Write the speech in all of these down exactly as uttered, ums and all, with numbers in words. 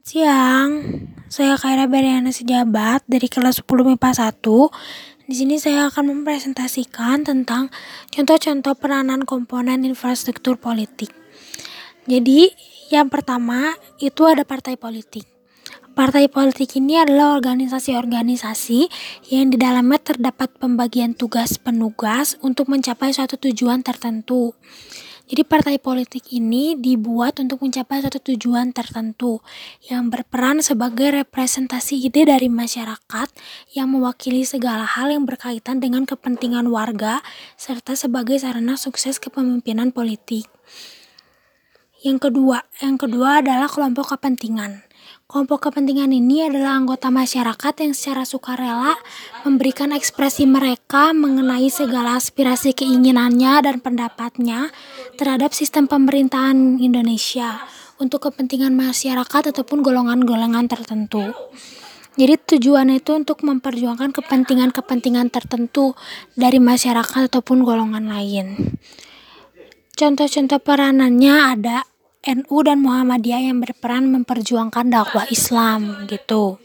Siang, saya Kaira Beriana Sejabat dari kelas sepuluh M I P A satu. Di sini saya akan mempresentasikan tentang contoh-contoh peranan komponen infrastruktur politik. Jadi, yang pertama itu ada partai politik. Partai politik ini adalah organisasi-organisasi yang di dalamnya terdapat pembagian tugas penugas untuk mencapai suatu tujuan tertentu. Jadi partai politik ini dibuat untuk mencapai suatu tujuan tertentu yang berperan sebagai representasi ide dari masyarakat yang mewakili segala hal yang berkaitan dengan kepentingan warga serta sebagai sarana sukses kepemimpinan politik. Yang kedua, yang kedua adalah kelompok kepentingan. Kelompok kepentingan ini adalah anggota masyarakat yang secara sukarela memberikan ekspresi mereka mengenai segala aspirasi keinginannya dan pendapatnya terhadap sistem pemerintahan Indonesia untuk kepentingan masyarakat ataupun golongan-golongan tertentu. Jadi tujuannya itu untuk memperjuangkan kepentingan-kepentingan tertentu dari masyarakat ataupun golongan lain. Contoh-contoh peranannya ada N U dan Muhammadiyah yang berperan memperjuangkan dakwah Islam gitu.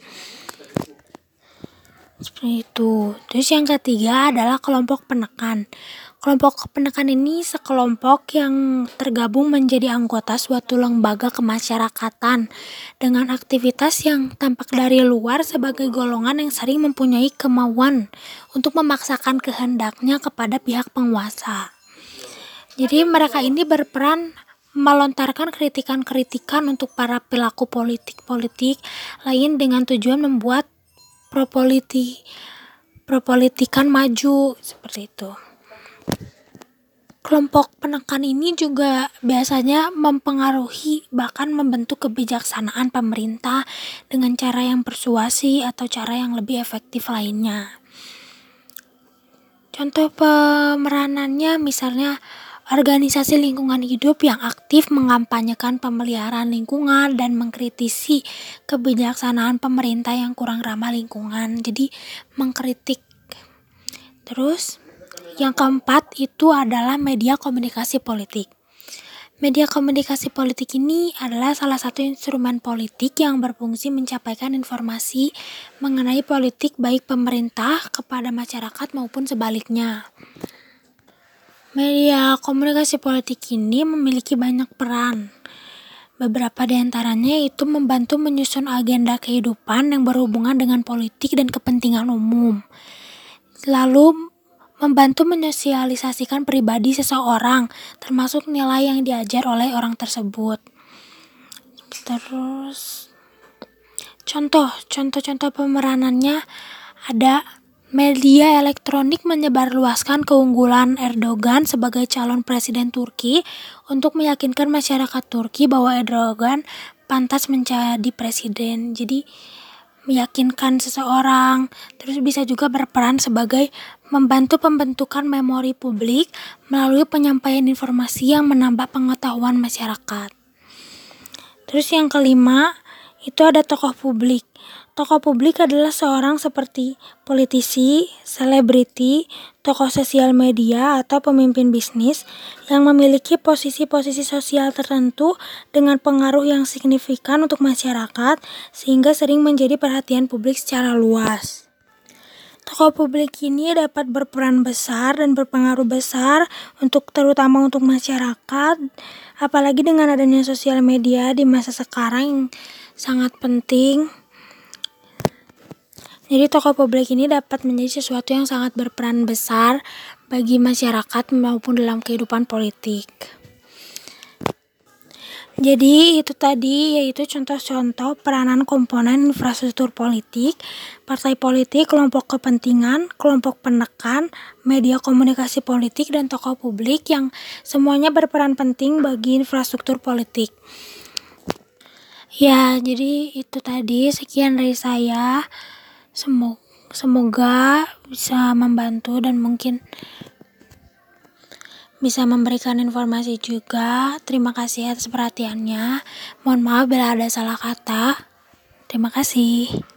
Seperti itu. Terus yang ketiga adalah kelompok penekan. Kelompok penekan ini sekelompok yang tergabung menjadi anggota suatu lembaga kemasyarakatan dengan aktivitas yang tampak dari luar sebagai golongan yang sering mempunyai kemauan untuk memaksakan kehendaknya kepada pihak penguasa. Jadi mereka ini berperan melontarkan kritikan-kritikan untuk para pelaku politik-politik lain dengan tujuan membuat propolitik propolitikan maju seperti itu. Kelompok penekan ini juga biasanya mempengaruhi bahkan membentuk kebijaksanaan pemerintah dengan cara yang persuasi atau cara yang lebih efektif lainnya. Contoh pemeranannya misalnya organisasi lingkungan hidup yang aktif mengampanyekan pemeliharaan lingkungan dan mengkritisi kebijaksanaan pemerintah yang kurang ramah lingkungan. Jadi mengkritik. Terus yang keempat itu adalah media komunikasi politik. Media komunikasi politik ini adalah salah satu instrumen politik yang berfungsi mencapaikan informasi mengenai politik baik pemerintah kepada masyarakat maupun sebaliknya. Media komunikasi politik ini memiliki banyak peran. Beberapa di antaranya itu membantu menyusun agenda kehidupan yang berhubungan dengan politik dan kepentingan umum. Lalu membantu menyosialisasikan pribadi seseorang, termasuk nilai yang diajar oleh orang tersebut. Terus contoh, contoh-contoh pemeranannya ada media elektronik menyebarluaskan keunggulan Erdogan sebagai calon presiden Turki untuk meyakinkan masyarakat Turki bahwa Erdogan pantas menjadi presiden. Jadi meyakinkan seseorang, terus bisa juga berperan sebagai membantu pembentukan memori publik melalui penyampaian informasi yang menambah pengetahuan masyarakat. Terus yang kelima, itu ada tokoh publik. Tokoh publik adalah seorang seperti politisi, selebriti, tokoh sosial media, atau pemimpin bisnis yang memiliki posisi-posisi sosial tertentu dengan pengaruh yang signifikan untuk masyarakat sehingga sering menjadi perhatian publik secara luas. Tokoh publik ini dapat berperan besar dan berpengaruh besar untuk terutama untuk masyarakat, apalagi dengan adanya sosial media di masa sekarang yang sangat penting. Jadi tokoh publik ini dapat menjadi sesuatu yang sangat berperan besar bagi masyarakat maupun dalam kehidupan politik. Jadi itu tadi yaitu contoh-contoh peranan komponen infrastruktur politik, partai politik, kelompok kepentingan, kelompok penekan, media komunikasi politik, dan tokoh publik yang semuanya berperan penting bagi infrastruktur politik. Ya, jadi itu tadi sekian dari saya. Semoga bisa membantu dan mungkin bisa memberikan informasi juga. Terima kasih atas perhatiannya. Mohon maaf bila ada salah kata. Terima kasih.